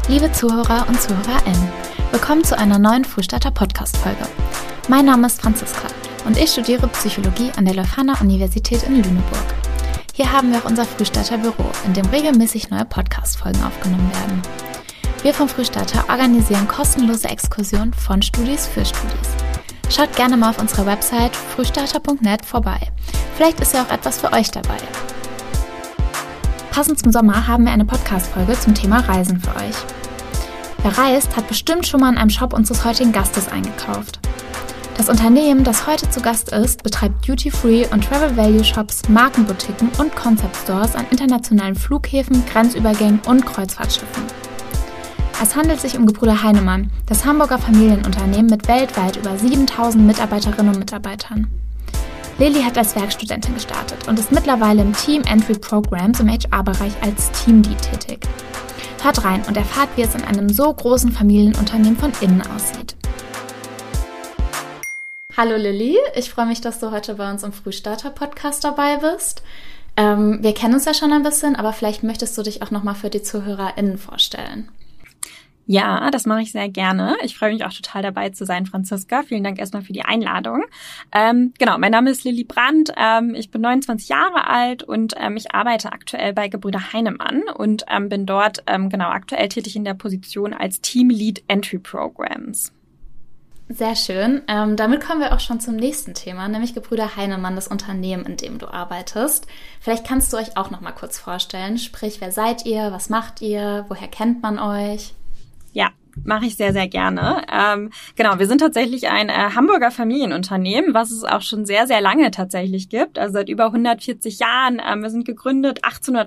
Liebe Zuhörer und ZuhörerInnen, willkommen zu einer neuen Frühstarter-Podcast-Folge. Mein Name ist Franziska und ich studiere Psychologie an der Leuphana-Universität in Lüneburg. Hier haben wir auch unser Frühstarter-Büro, in dem regelmäßig neue Podcast-Folgen aufgenommen werden. Wir vom Frühstarter organisieren kostenlose Exkursionen von Studis für Studis. Schaut gerne mal auf unserer Website frühstarter.net vorbei. Vielleicht ist ja auch etwas für euch dabei. Passend zum Sommer haben wir eine Podcast-Folge zum Thema Reisen für euch. Wer reist, hat bestimmt schon mal in einem Shop unseres heutigen Gastes eingekauft. Das Unternehmen, das heute zu Gast ist, betreibt Duty-Free und Travel-Value-Shops, Markenboutiquen und Concept-Stores an internationalen Flughäfen, Grenzübergängen und Kreuzfahrtschiffen. Es handelt sich um Gebrüder Heinemann, das Hamburger Familienunternehmen mit weltweit über 7.000 Mitarbeiterinnen und Mitarbeitern. Lilly hat als Werkstudentin gestartet und ist mittlerweile im Team Entry Programs im HR-Bereich als Teamlead tätig. Hört rein und erfahrt, wie es in einem so großen Familienunternehmen von innen aussieht. Hallo Lilly, ich freue mich, dass du heute bei uns im Frühstarter-Podcast dabei bist. Wir kennen uns ja schon ein bisschen, aber vielleicht möchtest du dich auch nochmal für die ZuhörerInnen vorstellen. Ja, das mache ich sehr gerne. Ich freue mich auch total dabei zu sein, Franziska. Vielen Dank erstmal für die Einladung. Mein Name ist Lilly Brandt. Ich bin 29 Jahre alt und ich arbeite aktuell bei Gebrüder Heinemann und bin dort aktuell tätig in der Position als Teamlead Entry Programs. Sehr schön. Damit kommen wir auch schon zum nächsten Thema, nämlich Gebrüder Heinemann, das Unternehmen, in dem du arbeitest. Vielleicht kannst du euch auch noch mal kurz vorstellen. Sprich, wer seid ihr, was macht ihr, woher kennt man euch? Ja, mache ich sehr, sehr gerne. Wir sind tatsächlich ein Hamburger Familienunternehmen, was es auch schon sehr, sehr lange tatsächlich gibt, also seit über 140 Jahren. Wir sind gegründet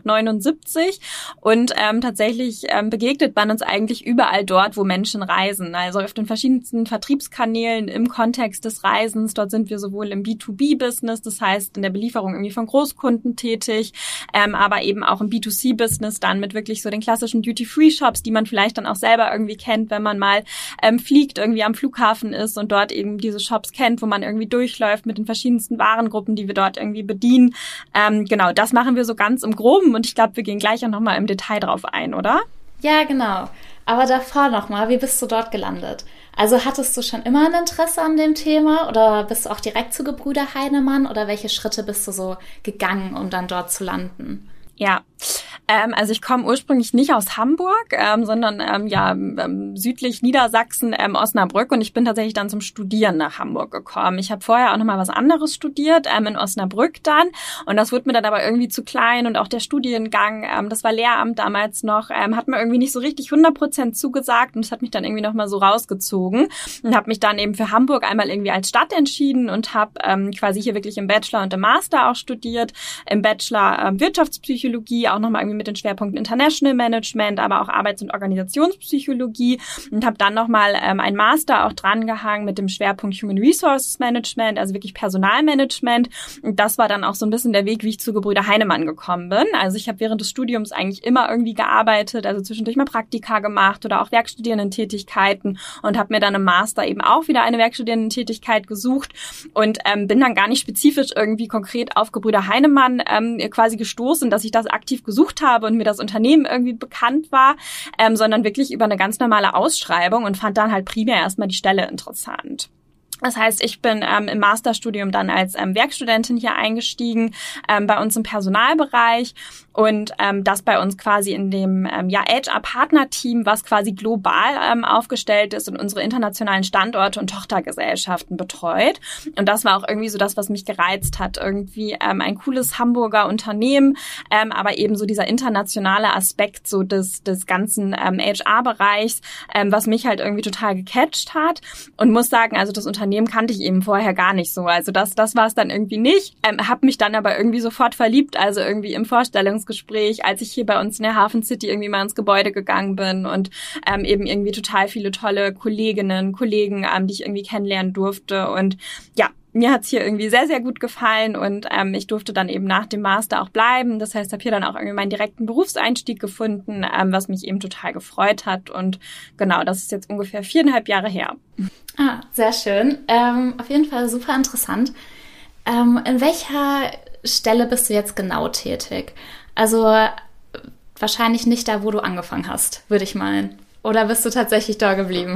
1879 und tatsächlich begegnet man uns eigentlich überall dort, wo Menschen reisen, also auf den verschiedensten Vertriebskanälen im Kontext des Reisens. Dort sind wir sowohl im B2B-Business, das heißt in der Belieferung irgendwie von Großkunden tätig, aber eben auch im B2C-Business dann mit wirklich so den klassischen Duty-Free-Shops, die man vielleicht dann auch selber irgendwie kennt, wenn man mal fliegt, irgendwie am Flughafen ist und dort eben diese Shops kennt, wo man irgendwie durchläuft mit den verschiedensten Warengruppen, die wir dort irgendwie bedienen. Das machen wir so ganz im Groben und ich glaube, wir gehen gleich auch nochmal im Detail drauf ein, oder? Ja, genau. Aber davor nochmal, wie bist du dort gelandet? Also hattest du schon immer ein Interesse an dem Thema oder bist du auch direkt zu Gebrüder Heinemann oder welche Schritte bist du so gegangen, um dann dort zu landen? Ja, also ich komme ursprünglich nicht aus Hamburg, sondern südlich Niedersachsen, Osnabrück, und ich bin tatsächlich dann zum Studieren nach Hamburg gekommen. Ich habe vorher auch nochmal was anderes studiert, in Osnabrück dann, und das wurde mir dann aber irgendwie zu klein und auch der Studiengang, das war Lehramt damals noch, hat mir irgendwie nicht so richtig 100% zugesagt und es hat mich dann irgendwie nochmal so rausgezogen und habe mich dann eben für Hamburg einmal irgendwie als Stadt entschieden und habe quasi hier wirklich im Bachelor und im Master auch studiert, im Bachelor Wirtschaftspsychologie, auch nochmal irgendwie mit den Schwerpunkten International Management, aber auch Arbeits- und Organisationspsychologie und habe dann nochmal einen Master auch drangehangen mit dem Schwerpunkt Human Resources Management, also wirklich Personalmanagement, und das war dann auch so ein bisschen der Weg, wie ich zu Gebrüder Heinemann gekommen bin. Also ich habe während des Studiums eigentlich immer irgendwie gearbeitet, also zwischendurch mal Praktika gemacht oder auch Werkstudierendentätigkeiten und habe mir dann im Master eben auch wieder eine Werkstudierendentätigkeit gesucht und bin dann gar nicht spezifisch irgendwie konkret auf Gebrüder Heinemann quasi gestoßen, dass ich das aktiv gesucht habe und mir das Unternehmen irgendwie bekannt war, sondern wirklich über eine ganz normale Ausschreibung und fand dann halt primär erstmal die Stelle interessant. Das heißt, ich bin im Masterstudium dann als Werkstudentin hier eingestiegen, bei uns im Personalbereich und das bei uns quasi in dem HR-Partner-Team, was quasi global aufgestellt ist und unsere internationalen Standorte und Tochtergesellschaften betreut. Und das war auch irgendwie so das, was mich gereizt hat. Irgendwie ein cooles Hamburger Unternehmen, aber eben so dieser internationale Aspekt so des ganzen HR-Bereichs, was mich halt irgendwie total gecatcht hat und muss sagen, also das Unternehmen kannte ich eben vorher gar nicht so. Also das war es dann irgendwie nicht. Habe mich dann aber irgendwie sofort verliebt, also irgendwie im Vorstellungsgespräch, als ich hier bei uns in der Hafen City irgendwie mal ins Gebäude gegangen bin und eben irgendwie total viele tolle Kolleginnen, Kollegen, die ich irgendwie kennenlernen durfte. Und ja, mir hat's hier irgendwie sehr, sehr gut gefallen und ich durfte dann eben nach dem Master auch bleiben. Das heißt, habe hier dann auch irgendwie meinen direkten Berufseinstieg gefunden, was mich eben total gefreut hat. Und genau, das ist jetzt ungefähr 4,5 Jahre her. Ah, sehr schön. Auf jeden Fall super interessant. In welcher Stelle bist du jetzt genau tätig? Also wahrscheinlich nicht da, wo du angefangen hast, würde ich meinen. Oder bist du tatsächlich da geblieben?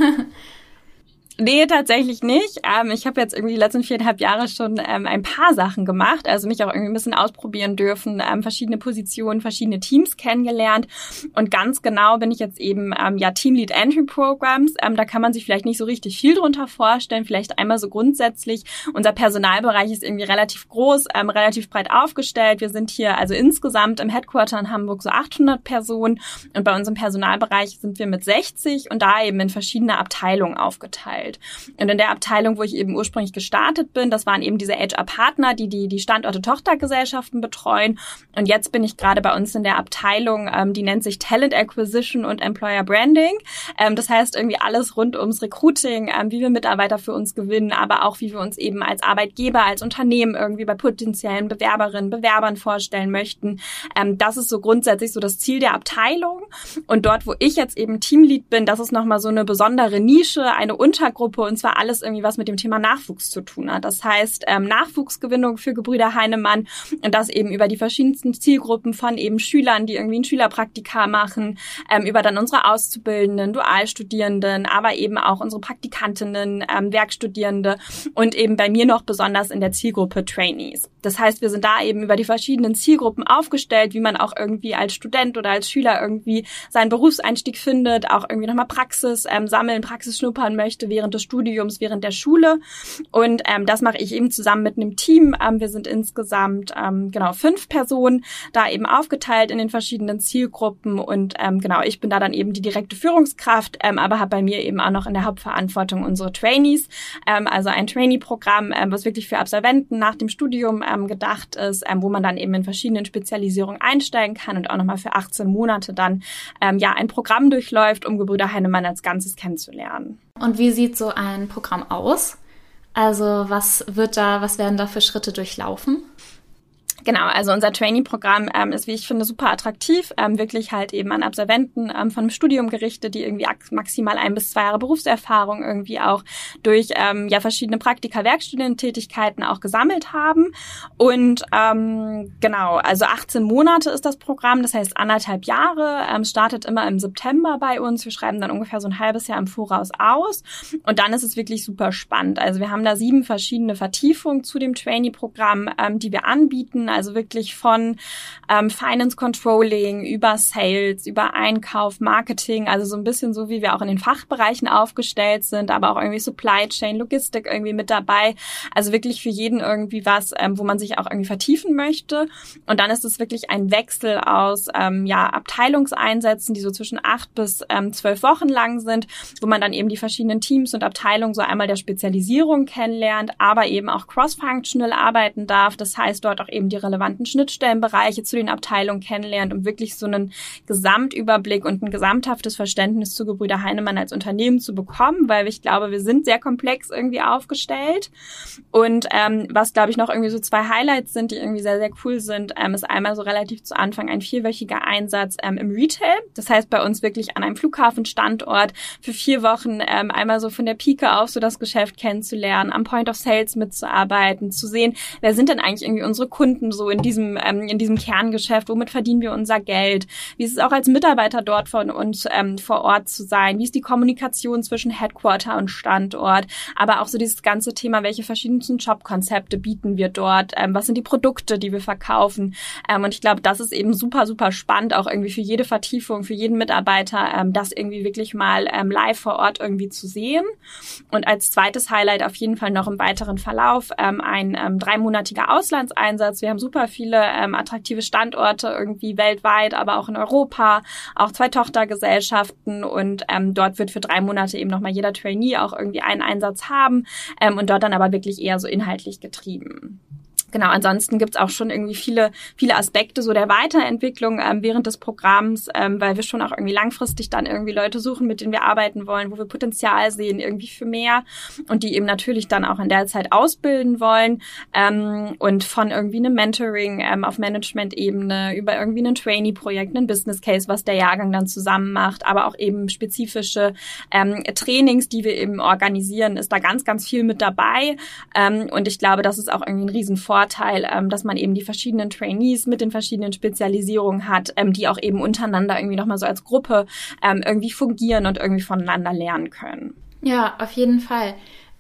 Nee, tatsächlich nicht. Ich habe jetzt irgendwie die letzten 4,5 Jahre schon ein paar Sachen gemacht, also mich auch irgendwie ein bisschen ausprobieren dürfen, verschiedene Positionen, verschiedene Teams kennengelernt. Und ganz genau bin ich jetzt eben Teamlead Entry Programs. Da kann man sich vielleicht nicht so richtig viel drunter vorstellen. Vielleicht einmal so grundsätzlich. Unser Personalbereich ist irgendwie relativ groß, relativ breit aufgestellt. Wir sind hier also insgesamt im Headquarter in Hamburg so 800 Personen. Und bei uns im Personalbereich sind wir mit 60 und da eben in verschiedene Abteilungen aufgeteilt. Und in der Abteilung, wo ich eben ursprünglich gestartet bin, das waren eben diese HR-Partner, die Standorte Tochtergesellschaften betreuen. Und jetzt bin ich gerade bei uns in der Abteilung, die nennt sich Talent Acquisition und Employer Branding. Das heißt irgendwie alles rund ums Recruiting, wie wir Mitarbeiter für uns gewinnen, aber auch wie wir uns eben als Arbeitgeber, als Unternehmen irgendwie bei potenziellen Bewerberinnen, Bewerbern vorstellen möchten. Das ist so grundsätzlich so das Ziel der Abteilung. Und dort, wo ich jetzt eben Teamlead bin, das ist nochmal so eine besondere Nische, eine Untergruppe, und zwar alles irgendwie, was mit dem Thema Nachwuchs zu tun hat. Das heißt, Nachwuchsgewinnung für Gebrüder Heinemann und das eben über die verschiedensten Zielgruppen von eben Schülern, die irgendwie ein Schülerpraktika machen, über dann unsere Auszubildenden, Dualstudierenden, aber eben auch unsere Praktikantinnen, Werkstudierende und eben bei mir noch besonders in der Zielgruppe Trainees. Das heißt, wir sind da eben über die verschiedenen Zielgruppen aufgestellt, wie man auch irgendwie als Student oder als Schüler irgendwie seinen Berufseinstieg findet, auch irgendwie nochmal Praxis sammeln, Praxis schnuppern möchte während des Studiums, während der Schule. Und das mache ich eben zusammen mit einem Team. Wir sind insgesamt 5 Personen, da eben aufgeteilt in den verschiedenen Zielgruppen. Und ich bin da dann eben die direkte Führungskraft, aber habe bei mir eben auch noch in der Hauptverantwortung unsere Trainees, also ein Trainee-Programm, was wirklich für Absolventen nach dem Studium gedacht ist, wo man dann eben in verschiedenen Spezialisierungen einsteigen kann und auch nochmal für 18 Monate dann ein Programm durchläuft, um Gebrüder Heinemann als Ganzes kennenzulernen. Und wie sieht so ein Programm aus? Also was werden da für Schritte durchlaufen? Genau, also unser Trainee-Programm ist, wie ich finde, super attraktiv, wirklich halt eben an Absolventen von einem Studium gerichtet, die irgendwie maximal 1 bis 2 Jahre Berufserfahrung irgendwie auch durch verschiedene Praktika, Werkstudententätigkeiten auch gesammelt haben. Und also 18 Monate ist das Programm, das heißt 1,5 Jahre, startet immer im September bei uns. Wir schreiben dann ungefähr so ein halbes Jahr im Voraus aus und dann ist es wirklich super spannend. Also wir haben da 7 verschiedene Vertiefungen zu dem Trainee-Programm, die wir anbieten. Also wirklich von Finance Controlling über Sales, über Einkauf, Marketing, also so ein bisschen so, wie wir auch in den Fachbereichen aufgestellt sind, aber auch irgendwie Supply Chain, Logistik irgendwie mit dabei. Also wirklich für jeden irgendwie was, wo man sich auch irgendwie vertiefen möchte. Und dann ist es wirklich ein Wechsel aus Abteilungseinsätzen, die so zwischen 8 bis 12 Wochen lang sind, wo man dann eben die verschiedenen Teams und Abteilungen so einmal der Spezialisierung kennenlernt, aber eben auch cross-functional arbeiten darf. Das heißt, dort auch eben die relevanten Schnittstellenbereiche zu den Abteilungen kennenlernt, um wirklich so einen Gesamtüberblick und ein gesamthaftes Verständnis zu Gebrüder Heinemann als Unternehmen zu bekommen, weil ich glaube, wir sind sehr komplex irgendwie aufgestellt. Und was, glaube ich, noch irgendwie so 2 Highlights sind, die irgendwie sehr, sehr cool sind, ist einmal so relativ zu Anfang ein 4-wöchiger Einsatz im Retail. Das heißt, bei uns wirklich an einem Flughafenstandort für 4 Wochen einmal so von der Pike auf so das Geschäft kennenzulernen, am Point of Sales mitzuarbeiten, zu sehen, wer sind denn eigentlich irgendwie unsere Kunden so in diesem Kerngeschäft, womit verdienen wir unser Geld, wie ist es auch als Mitarbeiter dort von uns vor Ort zu sein, wie ist die Kommunikation zwischen Headquarter und Standort, aber auch so dieses ganze Thema, welche verschiedensten Jobkonzepte bieten wir dort, was sind die Produkte, die wir verkaufen, und ich glaube, das ist eben super, super spannend, auch irgendwie für jede Vertiefung, für jeden Mitarbeiter, das irgendwie wirklich mal live vor Ort irgendwie zu sehen. Und als zweites Highlight auf jeden Fall noch im weiteren Verlauf ein 3-monatiger Auslandseinsatz. Wir haben super viele attraktive Standorte irgendwie weltweit, aber auch in Europa, auch 2 Tochtergesellschaften und dort wird für 3 Monate eben nochmal jeder Trainee auch irgendwie einen Einsatz haben und dort dann aber wirklich eher so inhaltlich getrieben. Genau, ansonsten gibt's auch schon irgendwie viele Aspekte so der Weiterentwicklung während des Programms, weil wir schon auch irgendwie langfristig dann irgendwie Leute suchen, mit denen wir arbeiten wollen, wo wir Potenzial sehen irgendwie für mehr und die eben natürlich dann auch in der Zeit ausbilden wollen und von irgendwie einem Mentoring auf Management-Ebene über irgendwie ein Trainee-Projekt, ein Business Case, was der Jahrgang dann zusammen macht, aber auch eben spezifische Trainings, die wir eben organisieren, ist da ganz, ganz viel mit dabei und ich glaube, das ist auch irgendwie ein Riesenvorteil, Vorteil, dass man eben die verschiedenen Trainees mit den verschiedenen Spezialisierungen hat, die auch eben untereinander irgendwie nochmal so als Gruppe irgendwie fungieren und irgendwie voneinander lernen können. Ja, auf jeden Fall.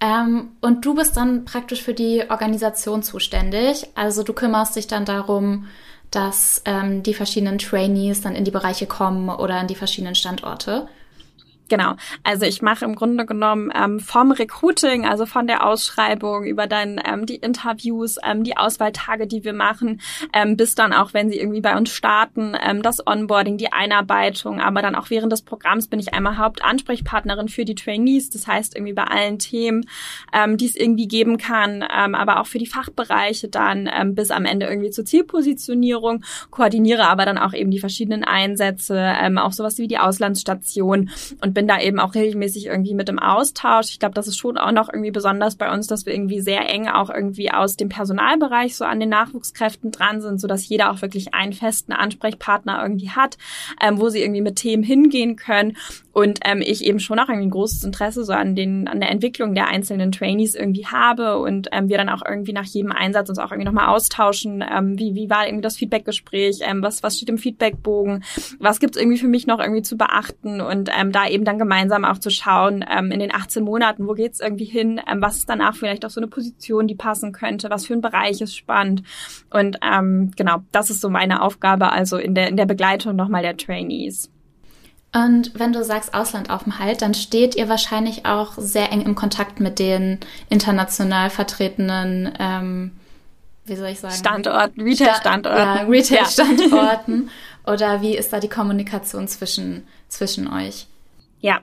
Und du bist dann praktisch für die Organisation zuständig. Also du kümmerst dich dann darum, dass die verschiedenen Trainees dann in die Bereiche kommen oder in die verschiedenen Standorte. Genau. Also ich mache im Grunde genommen vom Recruiting, also von der Ausschreibung über dann die Interviews, die Auswahltage, die wir machen, bis dann auch, wenn sie irgendwie bei uns starten, das Onboarding, die Einarbeitung, aber dann auch während des Programms bin ich einmal Hauptansprechpartnerin für die Trainees, das heißt irgendwie bei allen Themen, die es irgendwie geben kann, aber auch für die Fachbereiche dann bis am Ende irgendwie zur Zielpositionierung, koordiniere aber dann auch eben die verschiedenen Einsätze, auch sowas wie die Auslandsstation und bin da eben auch regelmäßig irgendwie mit im Austausch. Ich glaube, das ist schon auch noch irgendwie besonders bei uns, dass wir irgendwie sehr eng auch irgendwie aus dem Personalbereich so an den Nachwuchskräften dran sind, sodass jeder auch wirklich einen festen Ansprechpartner irgendwie hat, wo sie irgendwie mit Themen hingehen können. Und ich eben schon auch irgendwie ein großes Interesse so an der Entwicklung der einzelnen Trainees irgendwie habe und wir dann auch irgendwie nach jedem Einsatz uns auch irgendwie nochmal austauschen, wie war irgendwie das Feedbackgespräch, was steht im Feedbackbogen, was gibt's irgendwie für mich noch irgendwie zu beachten und da eben dann gemeinsam auch zu schauen, in den 18 Monaten, wo geht's irgendwie hin, was ist danach vielleicht auch so eine Position, die passen könnte, was für ein Bereich ist spannend und genau, das ist so meine Aufgabe, also in der Begleitung nochmal der Trainees. Und wenn du sagst Auslandaufenthalt, dann steht ihr wahrscheinlich auch sehr eng im Kontakt mit den international vertretenen, wie soll ich sagen? Standorten, Retail-Standorten. Ja, Retail-Standorten. Oder wie ist da die Kommunikation zwischen euch? Ja,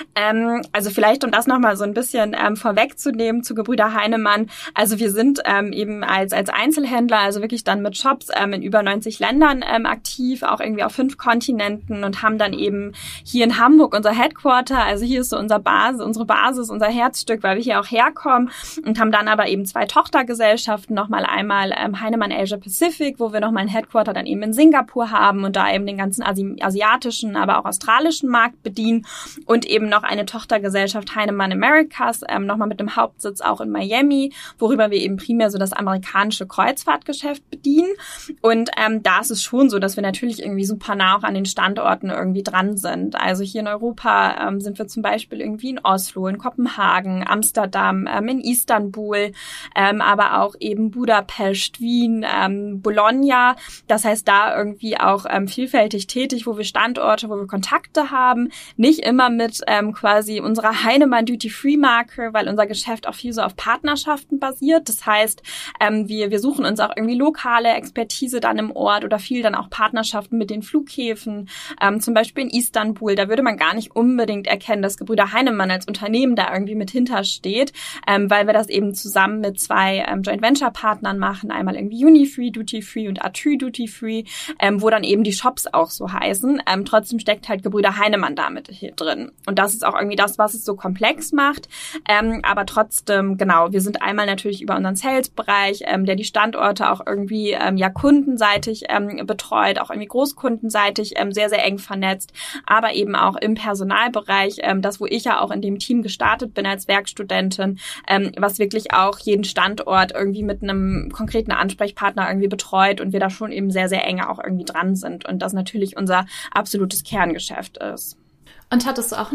also vielleicht, um das nochmal so ein bisschen vorwegzunehmen zu Gebrüder Heinemann. Also wir sind eben als Einzelhändler, also wirklich dann mit Shops in über 90 Ländern aktiv, auch irgendwie auf 5 Kontinenten und haben dann eben hier in Hamburg unser Headquarter. Also hier ist so unsere Basis, unser Herzstück, weil wir hier auch herkommen und haben dann aber eben 2 Tochtergesellschaften, nochmal einmal Heinemann Asia Pacific, wo wir nochmal ein Headquarter dann eben in Singapur haben und da eben den ganzen asiatischen, aber auch australischen Markt bedienen. Und eben noch eine Tochtergesellschaft Heinemann Americas, nochmal mit dem Hauptsitz auch in Miami, worüber wir eben primär so das amerikanische Kreuzfahrtgeschäft bedienen. Und da ist es schon so, dass wir natürlich irgendwie super nah auch an den Standorten irgendwie dran sind. Also hier in Europa sind wir zum Beispiel irgendwie in Oslo, in Kopenhagen, Amsterdam, in Istanbul, aber auch eben Budapest, Wien, Bologna. Das heißt, da irgendwie auch vielfältig tätig, wo wir Standorte, wo wir Kontakte haben. Nicht immer mit quasi unserer Heinemann Duty-Free-Marke, weil unser Geschäft auch viel so auf Partnerschaften basiert. Das heißt, wir suchen uns auch irgendwie lokale Expertise dann im Ort oder viel dann auch Partnerschaften mit den Flughäfen. Zum Beispiel in Istanbul, da würde man gar nicht unbedingt erkennen, dass Gebrüder Heinemann als Unternehmen da irgendwie mit hintersteht, weil wir das eben zusammen mit 2 Joint-Venture-Partnern machen. Einmal irgendwie Unifree Duty-Free und Atü Duty-Free, wo dann eben die Shops auch so heißen. Trotzdem steckt halt Gebrüder Heinemann damit hier drin. Und das ist auch irgendwie das, was es so komplex macht. Aber trotzdem, genau, wir sind einmal natürlich über unseren Sales-Bereich, der die Standorte auch irgendwie kundenseitig betreut, auch irgendwie großkundenseitig sehr, sehr eng vernetzt, aber eben auch im Personalbereich, das, wo ich ja auch in dem Team gestartet bin als Werkstudentin, was wirklich auch jeden Standort irgendwie mit einem konkreten Ansprechpartner irgendwie betreut und wir da schon eben sehr, sehr eng auch irgendwie dran sind und das natürlich unser absolutes Kerngeschäft ist. Und hattest du auch einen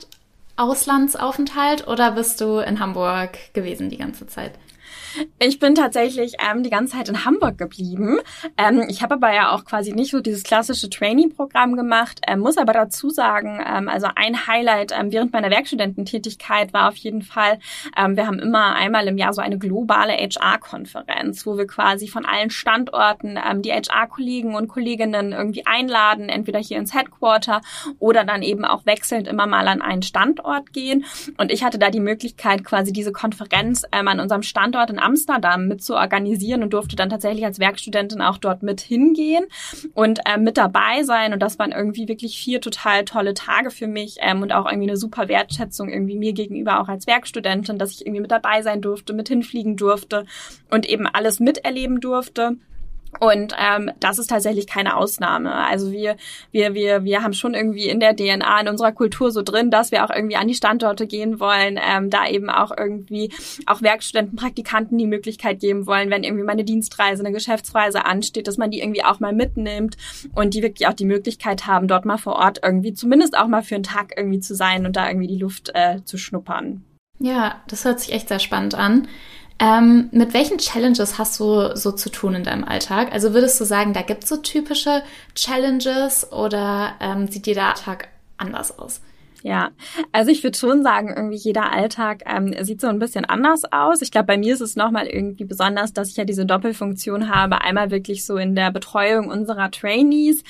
Auslandsaufenthalt oder bist du in Hamburg gewesen die ganze Zeit? Ich bin tatsächlich die ganze Zeit in Hamburg geblieben. Ich habe aber ja auch quasi nicht so dieses klassische Trainee-Programm gemacht, muss aber dazu sagen, also ein Highlight während meiner Werkstudententätigkeit war auf jeden Fall, wir haben immer einmal im Jahr so eine globale HR-Konferenz, wo wir quasi von allen Standorten die HR-Kollegen und Kolleginnen irgendwie einladen, entweder hier ins Headquarter oder dann eben auch wechselnd immer mal an einen Standort gehen. Und ich hatte da die Möglichkeit, quasi diese Konferenz an unserem Standort in Amsterdam mit zu organisieren und durfte dann tatsächlich als Werkstudentin auch dort mit hingehen und mit dabei sein. Und das waren irgendwie wirklich 4 total tolle Tage für mich und auch irgendwie eine super Wertschätzung irgendwie mir gegenüber auch als Werkstudentin, dass ich irgendwie mit dabei sein durfte, mit hinfliegen durfte und eben alles miterleben durfte. Und das ist tatsächlich keine Ausnahme. Also wir haben schon irgendwie in der DNA, in unserer Kultur so drin, dass wir auch irgendwie an die Standorte gehen wollen, da eben auch irgendwie auch Werkstudenten, Praktikanten die Möglichkeit geben wollen, wenn irgendwie mal eine Dienstreise, eine Geschäftsreise ansteht, dass man die irgendwie auch mal mitnimmt und die wirklich auch die Möglichkeit haben, dort mal vor Ort irgendwie zumindest auch mal für einen Tag irgendwie zu sein und da irgendwie die Luft zu schnuppern. Ja, das hört sich echt sehr spannend an. Mit welchen Challenges hast du so zu tun in deinem Alltag? Also würdest du sagen, da gibt es so typische Challenges oder sieht jeder Tag anders aus? Ja, also ich würde schon sagen, irgendwie jeder Alltag sieht so ein bisschen anders aus. Ich glaube, bei mir ist es nochmal irgendwie besonders, dass ich ja diese Doppelfunktion habe. Einmal wirklich so in der Betreuung unserer Trainees,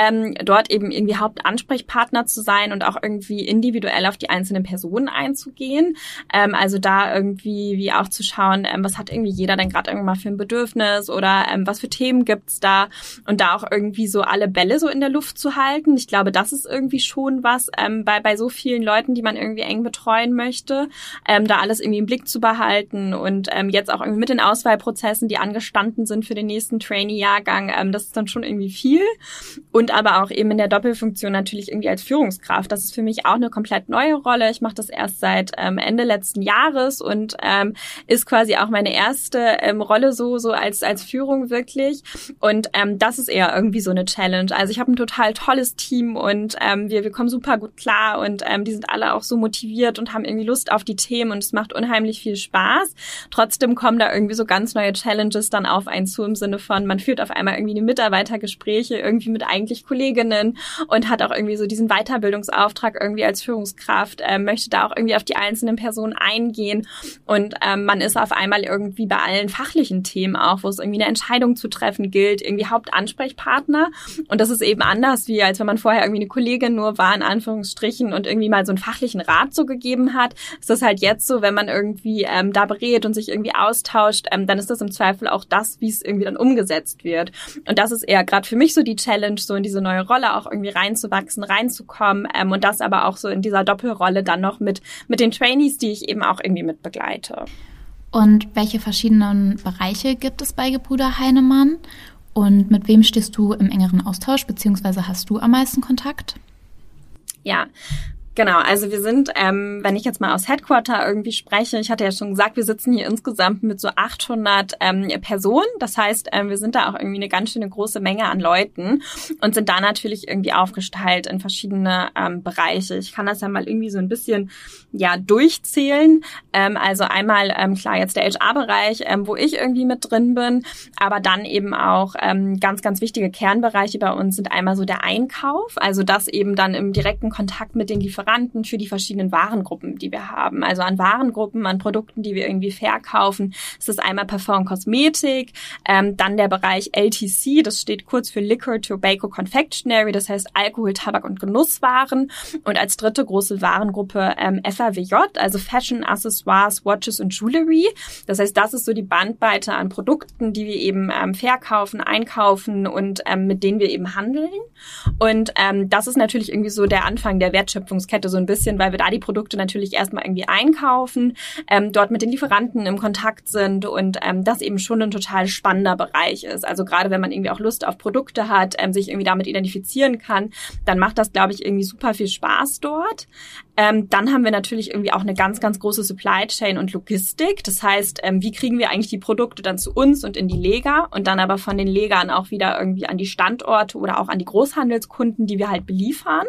dort eben irgendwie Hauptansprechpartner zu sein und auch irgendwie individuell auf die einzelnen Personen einzugehen. Also da irgendwie wie auch zu schauen, was hat irgendwie jeder denn gerade irgendwann mal für ein Bedürfnis oder was für Themen gibt's da und da auch irgendwie so alle Bälle so in der Luft zu halten. Ich glaube, das ist irgendwie schon was bei so vielen Leuten, die man irgendwie eng betreuen möchte, da alles irgendwie im Blick zu behalten und jetzt auch irgendwie mit den Auswahlprozessen, die angestanden sind für den nächsten Trainee-Jahrgang, das ist dann schon irgendwie viel und aber auch eben in der Doppelfunktion natürlich irgendwie als Führungskraft. Das ist für mich auch eine komplett neue Rolle. Ich mache das erst seit Ende letzten Jahres und ist quasi auch meine erste Rolle so als Führung wirklich und das ist eher irgendwie so eine Challenge. Also ich habe ein total tolles Team und wir kommen super gut klar und die sind alle auch so motiviert und haben irgendwie Lust auf die Themen und es macht unheimlich viel Spaß. Trotzdem kommen da irgendwie so ganz neue Challenges dann auf einen zu im Sinne von, man führt auf einmal irgendwie die Mitarbeitergespräche irgendwie mit eigentlich Kolleginnen und hat auch irgendwie so diesen Weiterbildungsauftrag irgendwie als Führungskraft, möchte da auch irgendwie auf die einzelnen Personen eingehen und man ist auf einmal irgendwie bei allen fachlichen Themen auch, wo es irgendwie eine Entscheidung zu treffen gilt, irgendwie Hauptansprechpartner und das ist eben anders, wie als wenn man vorher irgendwie eine Kollegin nur war, in Anführungsstrichen, und irgendwie mal so einen fachlichen Rat so gegeben hat, ist das halt jetzt so, wenn man irgendwie da berät und sich irgendwie austauscht, dann ist das im Zweifel auch das, wie es irgendwie dann umgesetzt wird. Und das ist eher gerade für mich so die Challenge, so in diese neue Rolle auch irgendwie reinzuwachsen, reinzukommen und das aber auch so in dieser Doppelrolle dann noch mit den Trainees, die ich eben auch irgendwie mit begleite. Und welche verschiedenen Bereiche gibt es bei Gebrüder Heinemann? Und mit wem stehst du im engeren Austausch, beziehungsweise hast du am meisten Kontakt? Ja, genau. Also wir sind, wenn ich jetzt mal aus Headquarter irgendwie spreche, ich hatte ja schon gesagt, wir sitzen hier insgesamt mit so 800 Personen. Das heißt, wir sind da auch irgendwie eine ganz schöne große Menge an Leuten und sind da natürlich irgendwie aufgeteilt in verschiedene Bereiche. Ich kann das ja mal irgendwie so ein bisschen durchzählen. Also einmal klar jetzt der HR-Bereich, wo ich irgendwie mit drin bin, aber dann eben auch ganz, ganz wichtige Kernbereiche bei uns sind einmal so der Einkauf, also das eben dann im direkten Kontakt mit den Lieferanten für die verschiedenen Warengruppen, die wir haben. Also an Warengruppen, an Produkten, die wir irgendwie verkaufen. Das ist einmal Parfum und Kosmetik, dann der Bereich LTC, das steht kurz für Liquor, Tobacco, Confectionery, das heißt Alkohol, Tabak und Genusswaren. Und als dritte große Warengruppe FAWJ, also Fashion, Accessoires, Watches und Jewelry. Das heißt, das ist so die Bandbreite an Produkten, die wir eben verkaufen, einkaufen und mit denen wir eben handeln. Und das ist natürlich irgendwie so der Anfang der Wertschöpfungskette so ein bisschen, weil wir da die Produkte natürlich erstmal irgendwie einkaufen, dort mit den Lieferanten im Kontakt sind und das eben schon ein total spannender Bereich ist. Also gerade wenn man irgendwie auch Lust auf Produkte hat, sich irgendwie damit identifizieren kann, dann macht das, glaube ich, irgendwie super viel Spaß dort. Dann haben wir natürlich irgendwie auch eine ganz, ganz große Supply Chain und Logistik. Das heißt, wie kriegen wir eigentlich die Produkte dann zu uns und in die Lager und dann aber von den Lagern auch wieder irgendwie an die Standorte oder auch an die Großhandelskunden, die wir halt beliefern.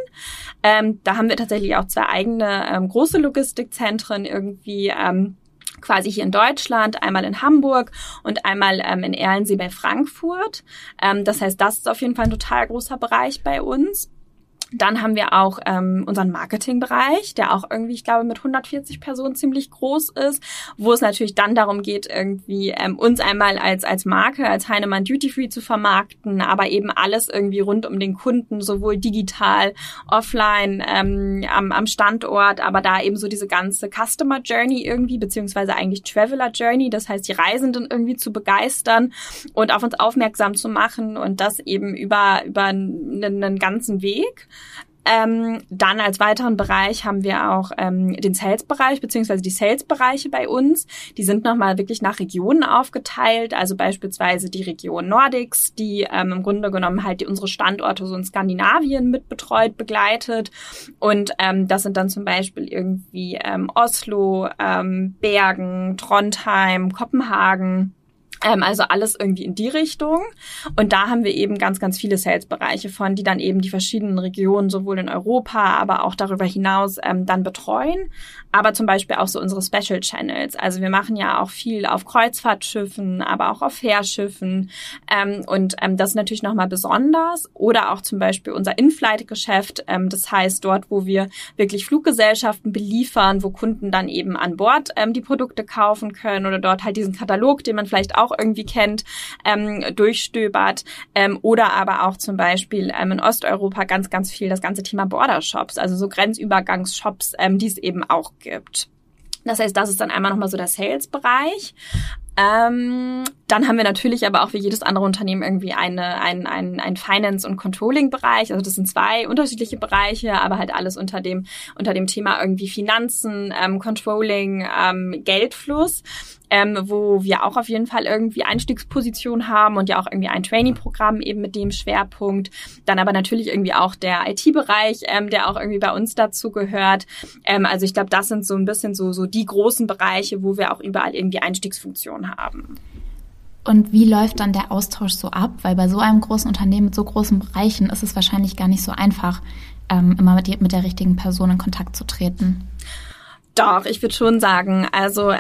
Da haben wir tatsächlich auch 2 eigene große Logistikzentren irgendwie quasi hier in Deutschland, einmal in Hamburg und einmal in Erlensee bei Frankfurt. Das heißt, das ist auf jeden Fall ein total großer Bereich bei uns. Dann haben wir auch unseren Marketingbereich, der auch irgendwie, ich glaube, mit 140 Personen ziemlich groß ist, wo es natürlich dann darum geht, irgendwie uns einmal als Marke, als Heinemann Duty Free zu vermarkten, aber eben alles irgendwie rund um den Kunden, sowohl digital, offline, am Standort, aber da eben so diese ganze Customer Journey irgendwie, beziehungsweise eigentlich Traveler Journey, das heißt, die Reisenden irgendwie zu begeistern und auf uns aufmerksam zu machen und das eben über einen ganzen Weg. Dann als weiteren Bereich haben wir auch den Sales-Bereich beziehungsweise die Sales-Bereiche bei uns. Die sind nochmal wirklich nach Regionen aufgeteilt, also beispielsweise die Region Nordics, die im Grunde genommen halt unsere Standorte so in Skandinavien mit betreut, begleitet. Und das sind dann zum Beispiel irgendwie Oslo, Bergen, Trondheim, Kopenhagen. Also alles irgendwie in die Richtung. Und da haben wir eben ganz, ganz viele Sales-Bereiche von, die dann eben die verschiedenen Regionen sowohl in Europa, aber auch darüber hinaus dann betreuen. Aber zum Beispiel auch so unsere Special Channels. Also wir machen ja auch viel auf Kreuzfahrtschiffen, aber auch auf Fährschiffen. Und das ist natürlich nochmal besonders. Oder auch zum Beispiel unser In-Flight-Geschäft. Das heißt dort, wo wir wirklich Fluggesellschaften beliefern, wo Kunden dann eben an Bord die Produkte kaufen können oder dort halt diesen Katalog, den man vielleicht auch irgendwie kennt, durchstöbert. Oder aber auch zum Beispiel in Osteuropa ganz, ganz viel das ganze Thema Border-Shops, also so Grenzübergangsshops, die es eben auch gibt. Das heißt, das ist dann einmal nochmal so der Sales-Bereich. Dann haben wir natürlich aber auch wie jedes andere Unternehmen irgendwie ein Finance- und Controlling-Bereich. Also das sind 2 unterschiedliche Bereiche, aber halt alles unter dem Thema irgendwie Finanzen, Controlling, Geldfluss. Wo wir auch auf jeden Fall irgendwie Einstiegsposition haben und ja auch irgendwie ein Trainee-Programm eben mit dem Schwerpunkt. Dann aber natürlich irgendwie auch der IT-Bereich, der auch irgendwie bei uns dazu gehört. Also ich glaube, das sind so ein bisschen so die großen Bereiche, wo wir auch überall irgendwie Einstiegsfunktionen haben. Und wie läuft dann der Austausch so ab? Weil bei so einem großen Unternehmen mit so großen Bereichen ist es wahrscheinlich gar nicht so einfach, immer mit der richtigen Person in Kontakt zu treten. Doch, ich würde schon sagen, also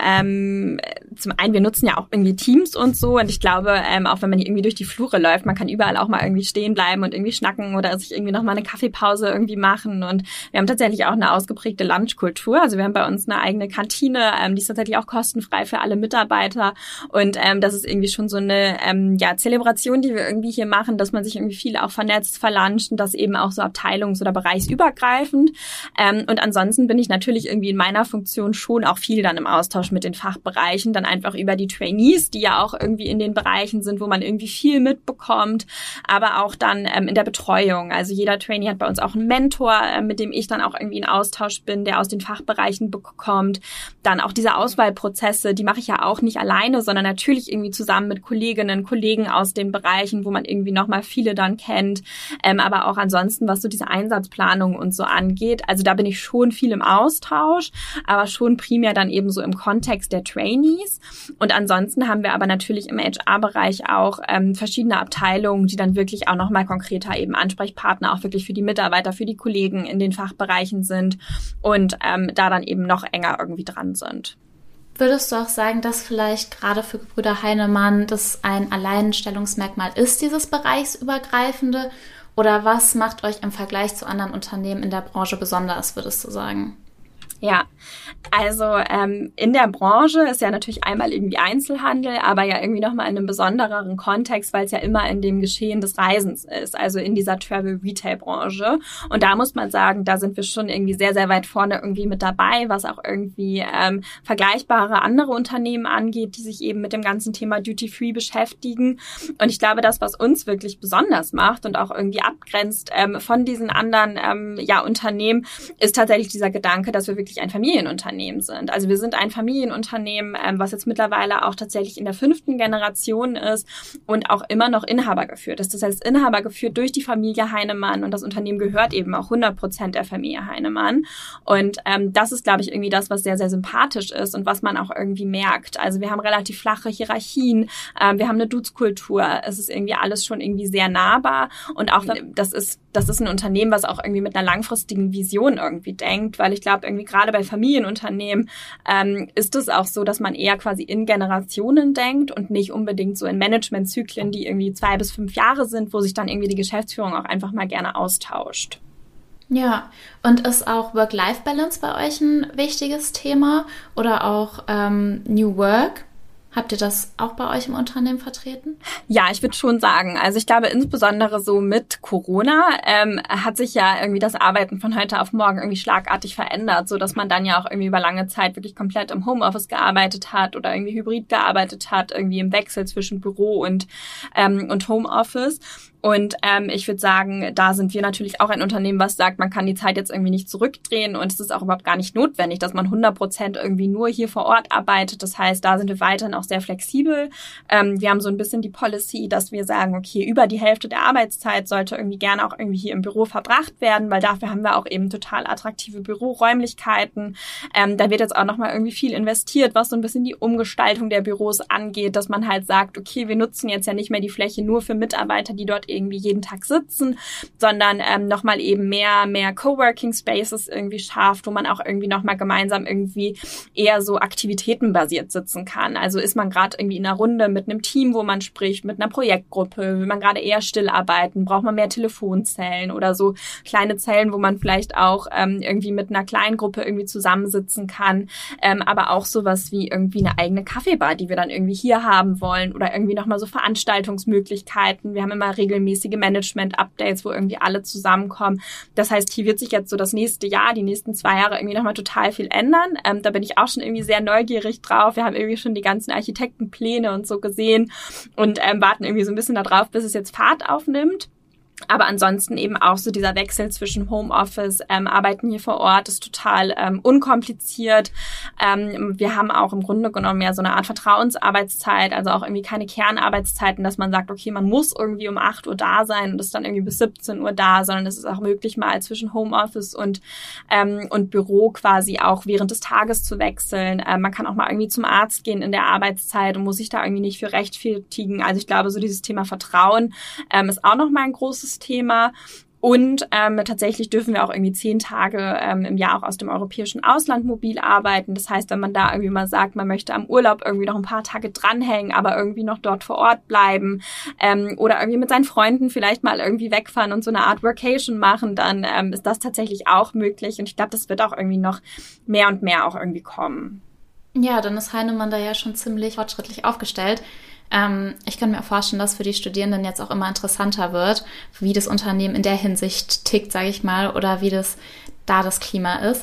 zum einen, wir nutzen ja auch irgendwie Teams und so und ich glaube, auch wenn man hier irgendwie durch die Flure läuft, man kann überall auch mal irgendwie stehen bleiben und irgendwie schnacken oder sich irgendwie noch mal eine Kaffeepause irgendwie machen und wir haben tatsächlich auch eine ausgeprägte Lunchkultur, also wir haben bei uns eine eigene Kantine, die ist tatsächlich auch kostenfrei für alle Mitarbeiter und das ist irgendwie schon so eine Zelebration, die wir irgendwie hier machen, dass man sich irgendwie viel auch vernetzt, verluncht und das eben auch so abteilungs- oder bereichsübergreifend und ansonsten bin ich natürlich irgendwie in meiner Funktion schon auch viel dann im Austausch mit den Fachbereichen, dann einfach über die Trainees, die ja auch irgendwie in den Bereichen sind, wo man irgendwie viel mitbekommt, aber auch dann in der Betreuung. Also jeder Trainee hat bei uns auch einen Mentor, mit dem ich dann auch irgendwie in Austausch bin, der aus den Fachbereichen bekommt. Dann auch diese Auswahlprozesse, die mache ich ja auch nicht alleine, sondern natürlich irgendwie zusammen mit Kolleginnen, Kollegen aus den Bereichen, wo man irgendwie nochmal viele dann kennt, aber auch ansonsten, was so diese Einsatzplanung und so angeht. Also da bin ich schon viel im Austausch, aber schon primär dann eben so im Kontext der Trainees. Und ansonsten haben wir aber natürlich im HR-Bereich auch verschiedene Abteilungen, die dann wirklich auch nochmal konkreter eben Ansprechpartner auch wirklich für die Mitarbeiter, für die Kollegen in den Fachbereichen sind und da dann eben noch enger irgendwie dran sind. Würdest du auch sagen, dass vielleicht gerade für Gebrüder Heinemann das ein Alleinstellungsmerkmal ist, dieses bereichsübergreifende? Oder was macht euch im Vergleich zu anderen Unternehmen in der Branche besonders, würdest du sagen? Ja, also in der Branche ist ja natürlich einmal irgendwie Einzelhandel, aber ja irgendwie nochmal in einem besondereren Kontext, weil es ja immer in dem Geschehen des Reisens ist, also in dieser Travel-Retail-Branche. Und da muss man sagen, da sind wir schon irgendwie sehr, sehr weit vorne irgendwie mit dabei, was auch irgendwie vergleichbare andere Unternehmen angeht, die sich eben mit dem ganzen Thema Duty-Free beschäftigen. Und ich glaube, das, was uns wirklich besonders macht und auch irgendwie abgrenzt von diesen anderen Unternehmen, ist tatsächlich dieser Gedanke, dass wir wirklich ein Familienunternehmen sind. Also wir sind ein Familienunternehmen, was jetzt mittlerweile auch tatsächlich in der 5. Generation ist und auch immer noch Inhaber geführt ist. Das heißt, Inhaber geführt durch die Familie Heinemann und das Unternehmen gehört eben auch 100% der Familie Heinemann. Und das ist, glaube ich, irgendwie das, was sehr, sehr sympathisch ist und was man auch irgendwie merkt. Also wir haben relativ flache Hierarchien, wir haben eine Dutzkultur, es ist irgendwie alles schon irgendwie sehr nahbar und auch das ist ein Unternehmen, was auch irgendwie mit einer langfristigen Vision irgendwie denkt, weil ich glaube, irgendwie gerade bei Familienunternehmen ist es auch so, dass man eher quasi in Generationen denkt und nicht unbedingt so in Managementzyklen, die irgendwie 2 bis 5 Jahre sind, wo sich dann irgendwie die Geschäftsführung auch einfach mal gerne austauscht. Ja, und ist auch Work-Life-Balance bei euch ein wichtiges Thema oder auch New Work? Habt ihr das auch bei euch im Unternehmen vertreten? Ja, ich würde schon sagen. Also ich glaube, insbesondere so mit Corona hat sich ja irgendwie das Arbeiten von heute auf morgen irgendwie schlagartig verändert, so dass man dann ja auch irgendwie über lange Zeit wirklich komplett im Homeoffice gearbeitet hat oder irgendwie hybrid gearbeitet hat, irgendwie im Wechsel zwischen Büro und Homeoffice. Und ich würde sagen, da sind wir natürlich auch ein Unternehmen, was sagt, man kann die Zeit jetzt irgendwie nicht zurückdrehen und es ist auch überhaupt gar nicht notwendig, dass man 100% irgendwie nur hier vor Ort arbeitet. Das heißt, da sind wir weiterhin auch sehr flexibel. Wir haben so ein bisschen die Policy, dass wir sagen, okay, über die Hälfte der Arbeitszeit sollte irgendwie gerne auch irgendwie hier im Büro verbracht werden, weil dafür haben wir auch eben total attraktive Büroräumlichkeiten. Da wird jetzt auch nochmal irgendwie viel investiert, was so ein bisschen die Umgestaltung der Büros angeht, dass man halt sagt, okay, wir nutzen jetzt ja nicht mehr die Fläche nur für Mitarbeiter, die dort irgendwie jeden Tag sitzen, sondern nochmal eben mehr Coworking Spaces irgendwie schafft, wo man auch irgendwie nochmal gemeinsam irgendwie eher so aktivitätenbasiert sitzen kann. Also ist man gerade irgendwie in einer Runde mit einem Team, wo man spricht, mit einer Projektgruppe, will man gerade eher still arbeiten, braucht man mehr Telefonzellen oder so kleine Zellen, wo man vielleicht auch irgendwie mit einer kleinen Gruppe irgendwie zusammensitzen kann, aber auch sowas wie irgendwie eine eigene Kaffeebar, die wir dann irgendwie hier haben wollen oder irgendwie nochmal so Veranstaltungsmöglichkeiten. Wir haben immer regelmäßige Management-Updates, wo irgendwie alle zusammenkommen. Das heißt, hier wird sich jetzt so das nächste Jahr, die nächsten 2 Jahre irgendwie nochmal total viel ändern. Da bin ich auch schon irgendwie sehr neugierig drauf. Wir haben irgendwie schon die ganzen Architektenpläne und so gesehen und warten irgendwie so ein bisschen darauf, bis es jetzt Fahrt aufnimmt. Aber ansonsten eben auch so dieser Wechsel zwischen Homeoffice, Arbeiten hier vor Ort ist total unkompliziert. Wir haben auch im Grunde genommen ja so eine Art Vertrauensarbeitszeit, also auch irgendwie keine Kernarbeitszeiten, dass man sagt, okay, man muss irgendwie um 8 Uhr da sein und ist dann irgendwie bis 17 Uhr da, sondern es ist auch möglich, mal zwischen Homeoffice und Büro quasi auch während des Tages zu wechseln. Man kann auch mal irgendwie zum Arzt gehen in der Arbeitszeit und muss sich da irgendwie nicht für rechtfertigen. Also ich glaube, so dieses Thema Vertrauen ist auch nochmal ein großes Thema. Und tatsächlich dürfen wir auch irgendwie 10 Tage im Jahr auch aus dem europäischen Ausland mobil arbeiten. Das heißt, wenn man da irgendwie mal sagt, man möchte am Urlaub irgendwie noch ein paar Tage dranhängen, aber irgendwie noch dort vor Ort bleiben oder irgendwie mit seinen Freunden vielleicht mal irgendwie wegfahren und so eine Art Workation machen, dann ist das tatsächlich auch möglich. Und ich glaube, das wird auch irgendwie noch mehr und mehr auch irgendwie kommen. Ja, dann ist Heinemann da ja schon ziemlich fortschrittlich aufgestellt. Ich kann mir auch vorstellen, dass für die Studierenden jetzt auch immer interessanter wird, wie das Unternehmen in der Hinsicht tickt, sage ich mal, oder wie das Klima ist.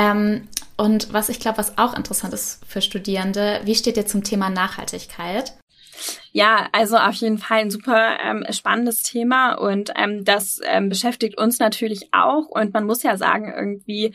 Und was ich glaube, was auch interessant ist für Studierende, wie steht ihr zum Thema Nachhaltigkeit? Ja, also auf jeden Fall ein super spannendes Thema und das beschäftigt uns natürlich auch und man muss ja sagen, irgendwie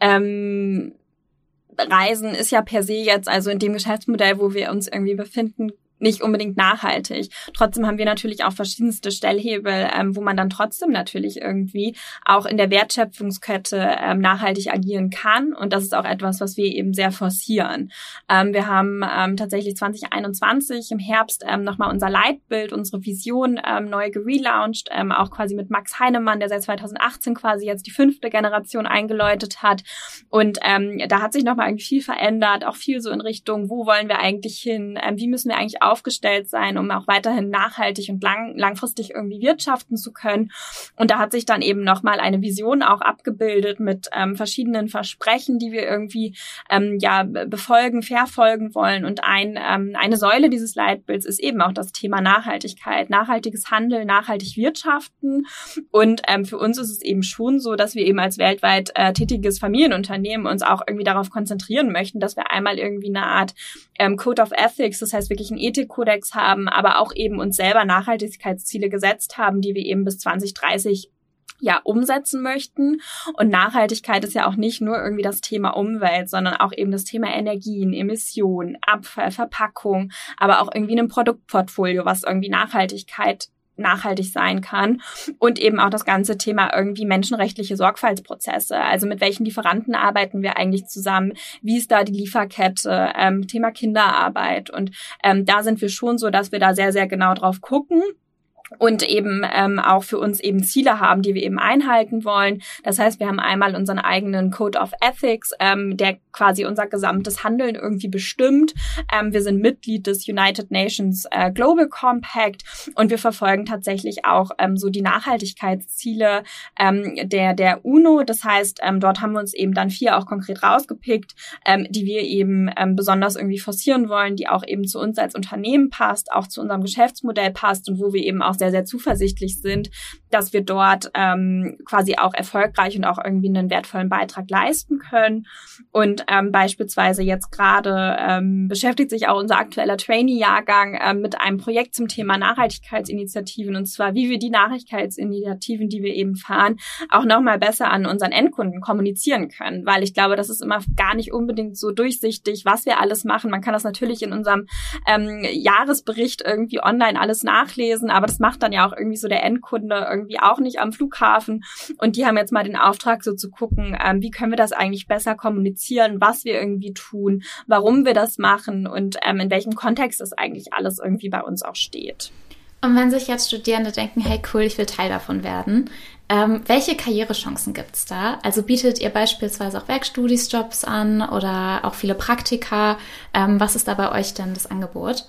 Reisen ist ja per se jetzt, also in dem Geschäftsmodell, wo wir uns irgendwie befinden, nicht unbedingt nachhaltig. Trotzdem haben wir natürlich auch verschiedenste Stellhebel, wo man dann trotzdem natürlich irgendwie auch in der Wertschöpfungskette nachhaltig agieren kann. Und das ist auch etwas, was wir eben sehr forcieren. Wir haben tatsächlich 2021 im Herbst nochmal unser Leitbild, unsere Vision neu gelauncht, auch quasi mit Max Heinemann, der seit 2018 quasi jetzt die 5. Generation eingeläutet hat. Und da hat sich nochmal irgendwie viel verändert, auch viel so in Richtung, wo wollen wir eigentlich hin, wie müssen wir eigentlich aufgestellt sein, um auch weiterhin nachhaltig und langfristig irgendwie wirtschaften zu können. Und da hat sich dann eben nochmal eine Vision auch abgebildet mit verschiedenen Versprechen, die wir irgendwie befolgen, verfolgen wollen. Und eine Säule dieses Leitbilds ist eben auch das Thema Nachhaltigkeit, nachhaltiges Handeln, nachhaltig wirtschaften. Und für uns ist es eben schon so, dass wir eben als weltweit tätiges Familienunternehmen uns auch irgendwie darauf konzentrieren möchten, dass wir einmal irgendwie eine Art Code of Ethics, das heißt wirklich ein Ethikkodex haben, aber auch eben uns selber Nachhaltigkeitsziele gesetzt haben, die wir eben bis 2030 umsetzen möchten. Und Nachhaltigkeit ist ja auch nicht nur irgendwie das Thema Umwelt, sondern auch eben das Thema Energien, Emissionen, Abfall, Verpackung, aber auch irgendwie ein Produktportfolio, was irgendwie nachhaltig sein kann und eben auch das ganze Thema irgendwie menschenrechtliche Sorgfaltsprozesse. Also mit welchen Lieferanten arbeiten wir eigentlich zusammen? Wie ist da die Lieferkette? Thema Kinderarbeit. Und da sind wir schon so, dass wir da sehr, sehr genau drauf gucken. Und eben auch für uns eben Ziele haben, die wir eben einhalten wollen. Das heißt, wir haben einmal unseren eigenen Code of Ethics, der quasi unser gesamtes Handeln irgendwie bestimmt. Wir sind Mitglied des United Nations Global Compact und wir verfolgen tatsächlich auch so die Nachhaltigkeitsziele der UNO. Das heißt, dort haben wir uns eben dann 4 auch konkret rausgepickt, die wir eben besonders irgendwie forcieren wollen, die auch eben zu uns als Unternehmen passt, auch zu unserem Geschäftsmodell passt und wo wir eben auch sehr, sehr zuversichtlich sind, dass wir dort quasi auch erfolgreich und auch irgendwie einen wertvollen Beitrag leisten können. Und beispielsweise jetzt gerade beschäftigt sich auch unser aktueller Trainee-Jahrgang mit einem Projekt zum Thema Nachhaltigkeitsinitiativen, und zwar, wie wir die Nachhaltigkeitsinitiativen, die wir eben fahren, auch nochmal besser an unseren Endkunden kommunizieren können, weil ich glaube, das ist immer gar nicht unbedingt so durchsichtig, was wir alles machen. Man kann das natürlich in unserem Jahresbericht irgendwie online alles nachlesen, aber das macht dann ja auch irgendwie so der Endkunde irgendwie auch nicht am Flughafen. Und die haben jetzt mal den Auftrag, so zu gucken, wie können wir das eigentlich besser kommunizieren, was wir irgendwie tun, warum wir das machen und in welchem Kontext das eigentlich alles irgendwie bei uns auch steht. Und wenn sich jetzt Studierende denken, hey cool, ich will Teil davon werden, welche Karrierechancen gibt's da? Also bietet ihr beispielsweise auch Werkstudienjobs an oder auch viele Praktika? Was ist da bei euch denn das Angebot?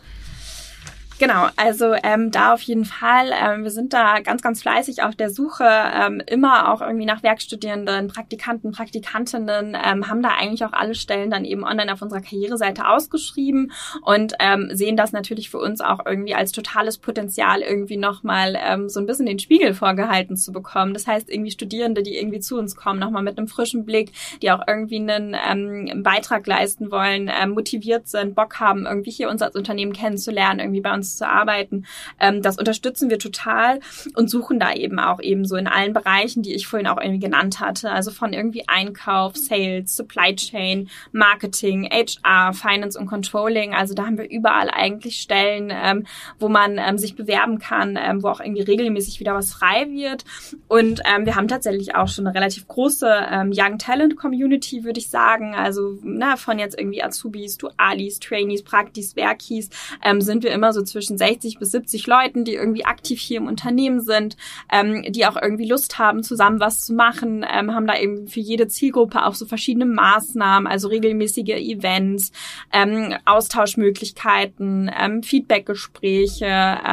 Genau, also da auf jeden Fall. Wir sind da ganz, ganz fleißig auf der Suche, immer auch irgendwie nach Werkstudierenden, Praktikanten, Praktikantinnen, haben da eigentlich auch alle Stellen dann eben online auf unserer Karriereseite ausgeschrieben und sehen das natürlich für uns auch irgendwie als totales Potenzial, irgendwie nochmal so ein bisschen den Spiegel vorgehalten zu bekommen. Das heißt, irgendwie Studierende, die irgendwie zu uns kommen, nochmal mit einem frischen Blick, die auch irgendwie einen Beitrag leisten wollen, motiviert sind, Bock haben, irgendwie hier uns als Unternehmen kennenzulernen, irgendwie bei uns zu arbeiten. Das unterstützen wir total und suchen da eben auch eben so in allen Bereichen, die ich vorhin auch irgendwie genannt hatte. Also von irgendwie Einkauf, Sales, Supply Chain, Marketing, HR, Finance und Controlling. Also da haben wir überall eigentlich Stellen, wo man sich bewerben kann, wo auch irgendwie regelmäßig wieder was frei wird. Und wir haben tatsächlich auch schon eine relativ große Young Talent Community, würde ich sagen. Also von jetzt irgendwie Azubis, Dualis, Trainees, Praktis, Werkis sind wir immer so zwischen 60 bis 70 Leuten, die irgendwie aktiv hier im Unternehmen sind, die auch irgendwie Lust haben, zusammen was zu machen, haben da eben für jede Zielgruppe auch so verschiedene Maßnahmen, also regelmäßige Events, Austauschmöglichkeiten, Feedbackgespräche.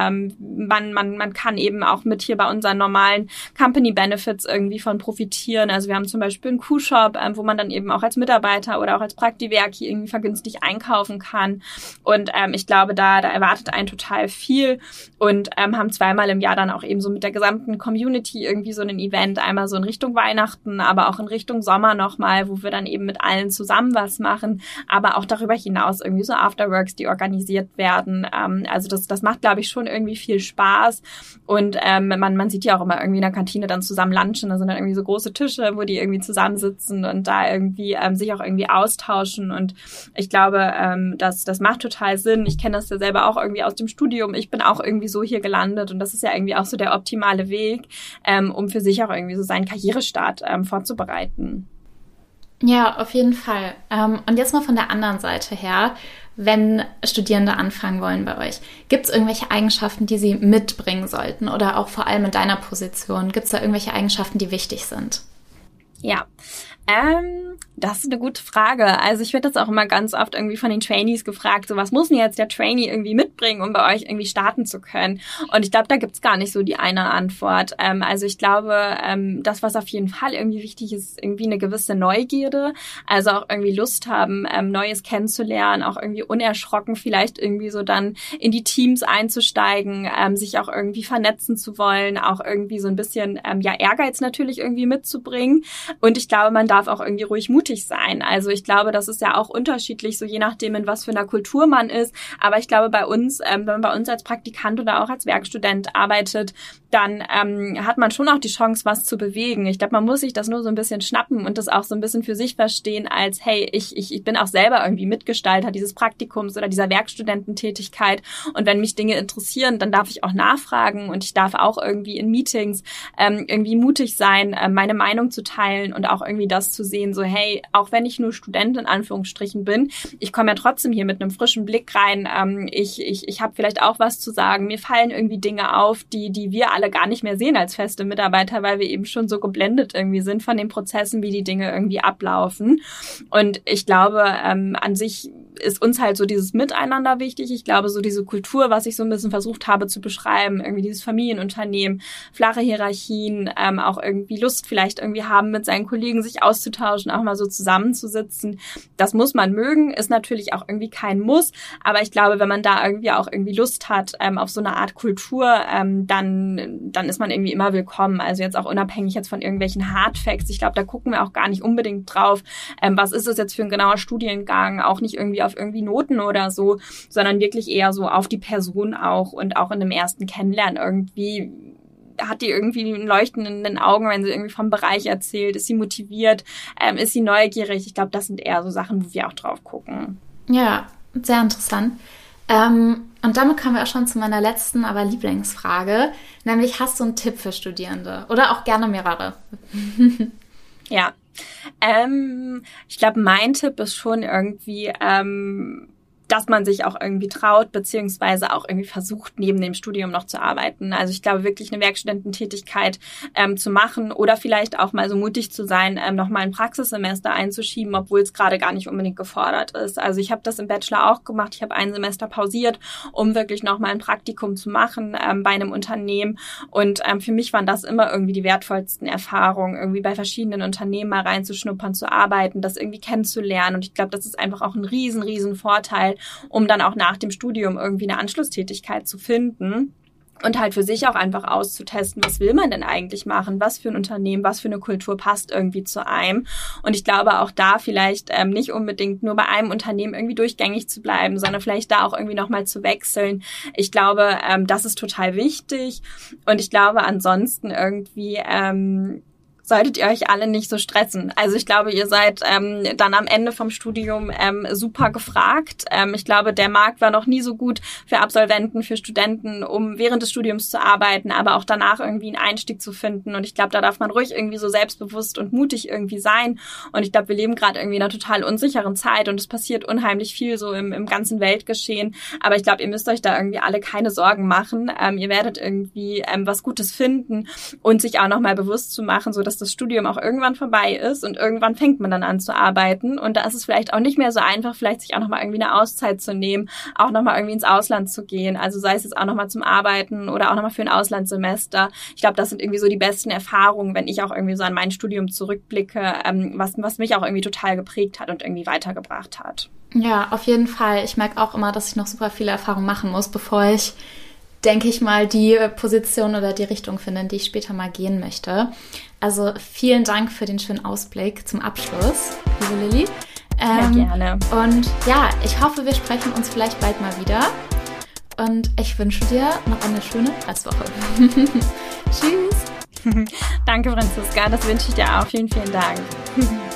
Man kann eben auch mit hier bei unseren normalen Company Benefits irgendwie von profitieren. Also wir haben zum Beispiel einen Q-Shop, wo man dann eben auch als Mitarbeiter oder auch als Praktiverki irgendwie vergünstigt einkaufen kann. Und ich glaube, da erwartet einen total viel und haben zweimal im Jahr dann auch eben so mit der gesamten Community irgendwie so ein Event, einmal so in Richtung Weihnachten, aber auch in Richtung Sommer nochmal, wo wir dann eben mit allen zusammen was machen, aber auch darüber hinaus irgendwie so Afterworks, die organisiert werden. Also das macht, glaube ich, schon irgendwie viel Spaß und man sieht ja auch immer irgendwie in der Kantine dann zusammen lunchen, da sind dann irgendwie so große Tische, wo die irgendwie zusammensitzen und da irgendwie sich auch irgendwie austauschen und ich glaube, das macht total Sinn. Ich kenne das ja selber auch irgendwie aus dem Studium. Ich bin auch irgendwie so hier gelandet und das ist ja irgendwie auch so der optimale Weg, um für sich auch irgendwie so seinen Karrierestart vorzubereiten. Ja, auf jeden Fall. Und jetzt mal von der anderen Seite her, wenn Studierende anfangen wollen bei euch, gibt es irgendwelche Eigenschaften, die sie mitbringen sollten oder auch vor allem in deiner Position? Gibt es da irgendwelche Eigenschaften, die wichtig sind? Ja, das ist eine gute Frage. Also ich werde das auch immer ganz oft irgendwie von den Trainees gefragt, so was muss denn jetzt der Trainee irgendwie mitbringen, um bei euch irgendwie starten zu können? Und ich glaube, da gibt's gar nicht so die eine Antwort. Also ich glaube, das, was auf jeden Fall irgendwie wichtig ist, irgendwie eine gewisse Neugierde, also auch irgendwie Lust haben, Neues kennenzulernen, auch irgendwie unerschrocken vielleicht irgendwie so dann in die Teams einzusteigen, sich auch irgendwie vernetzen zu wollen, auch irgendwie so ein bisschen Ehrgeiz natürlich irgendwie mitzubringen. Und ich glaube, man darf auch irgendwie ruhig mutig sein. Also ich glaube, das ist ja auch unterschiedlich, so je nachdem, in was für einer Kultur man ist. Aber ich glaube, bei uns, wenn man bei uns als Praktikant oder auch als Werkstudent arbeitet, dann hat man schon auch die Chance, was zu bewegen. Ich glaube, man muss sich das nur so ein bisschen schnappen und das auch so ein bisschen für sich verstehen als, hey, ich bin auch selber irgendwie Mitgestalter dieses Praktikums oder dieser Werkstudententätigkeit. Und wenn mich Dinge interessieren, dann darf ich auch nachfragen und ich darf auch irgendwie in Meetings irgendwie mutig sein, meine Meinung zu teilen und auch irgendwie das zu sehen, so hey, auch wenn ich nur Student in Anführungsstrichen bin, ich komme ja trotzdem hier mit einem frischen Blick rein, ich habe vielleicht auch was zu sagen, mir fallen irgendwie Dinge auf, die wir alle gar nicht mehr sehen als feste Mitarbeiter, weil wir eben schon so geblendet irgendwie sind von den Prozessen, wie die Dinge irgendwie ablaufen und ich glaube, an sich ist uns halt so dieses Miteinander wichtig. Ich glaube, so diese Kultur, was ich so ein bisschen versucht habe zu beschreiben, irgendwie dieses Familienunternehmen, flache Hierarchien, auch irgendwie Lust vielleicht irgendwie haben, mit seinen Kollegen sich auszutauschen, auch mal so zusammenzusitzen. Das muss man mögen, ist natürlich auch irgendwie kein Muss, aber ich glaube, wenn man da irgendwie auch irgendwie Lust hat auf so eine Art Kultur, dann ist man irgendwie immer willkommen. Also jetzt auch unabhängig jetzt von irgendwelchen Hardfacts. Ich glaube, da gucken wir auch gar nicht unbedingt drauf, was ist es jetzt für ein genauer Studiengang, auch nicht irgendwie auf irgendwie Noten oder so, sondern wirklich eher so auf die Person auch und auch in dem ersten Kennenlernen irgendwie. Hat die irgendwie ein Leuchten in den Augen, wenn sie irgendwie vom Bereich erzählt? Ist sie motiviert? Ist sie neugierig? Ich glaube, das sind eher so Sachen, wo wir auch drauf gucken. Ja, sehr interessant. Und damit kommen wir auch schon zu meiner letzten, aber Lieblingsfrage. Nämlich, hast du einen Tipp für Studierende? Oder auch gerne mehrere? Ja. Ich glaube, mein Tipp ist schon irgendwie, dass man sich auch irgendwie traut, beziehungsweise auch irgendwie versucht, neben dem Studium noch zu arbeiten. Also ich glaube, wirklich eine Werkstudententätigkeit zu machen oder vielleicht auch mal so mutig zu sein, noch mal ein Praxissemester einzuschieben, obwohl es gerade gar nicht unbedingt gefordert ist. Also ich habe das im Bachelor auch gemacht. Ich habe ein Semester pausiert, um wirklich noch mal ein Praktikum zu machen bei einem Unternehmen. Und für mich waren das immer irgendwie die wertvollsten Erfahrungen, irgendwie bei verschiedenen Unternehmen mal reinzuschnuppern, zu arbeiten, das irgendwie kennenzulernen. Und ich glaube, das ist einfach auch ein riesen Vorteil, um dann auch nach dem Studium irgendwie eine Anschlusstätigkeit zu finden und halt für sich auch einfach auszutesten, was will man denn eigentlich machen, was für ein Unternehmen, was für eine Kultur passt irgendwie zu einem. Und ich glaube auch da vielleicht nicht unbedingt nur bei einem Unternehmen irgendwie durchgängig zu bleiben, sondern vielleicht da auch irgendwie nochmal zu wechseln. Ich glaube, das ist total wichtig und ich glaube ansonsten irgendwie solltet ihr euch alle nicht so stressen. Also ich glaube, ihr seid dann am Ende vom Studium super gefragt. Ich glaube, der Markt war noch nie so gut für Absolventen, für Studenten, um während des Studiums zu arbeiten, aber auch danach irgendwie einen Einstieg zu finden. Und ich glaube, da darf man ruhig irgendwie so selbstbewusst und mutig irgendwie sein. Und ich glaube, wir leben gerade irgendwie in einer total unsicheren Zeit und es passiert unheimlich viel so im ganzen Weltgeschehen. Aber ich glaube, ihr müsst euch da irgendwie alle keine Sorgen machen. Ihr werdet irgendwie was Gutes finden und sich auch nochmal bewusst zu machen, so dass das Studium auch irgendwann vorbei ist und irgendwann fängt man dann an zu arbeiten und da ist es vielleicht auch nicht mehr so einfach, vielleicht sich auch nochmal irgendwie eine Auszeit zu nehmen, auch nochmal irgendwie ins Ausland zu gehen, also sei es jetzt auch nochmal zum Arbeiten oder auch nochmal für ein Auslandssemester. Ich glaube, das sind irgendwie so die besten Erfahrungen, wenn ich auch irgendwie so an mein Studium zurückblicke, was mich auch irgendwie total geprägt hat und irgendwie weitergebracht hat. Ja, auf jeden Fall. Ich merke auch immer, dass ich noch super viele Erfahrungen machen muss, bevor ich, denke ich mal, die Position oder die Richtung finde, in die ich später mal gehen möchte. Also vielen Dank für den schönen Ausblick zum Abschluss, liebe Lilly. Ja, gerne. Und ja, ich hoffe, wir sprechen uns vielleicht bald mal wieder. Und ich wünsche dir noch eine schöne Restwoche. Tschüss. Danke, Franziska. Das wünsche ich dir auch. Vielen Dank.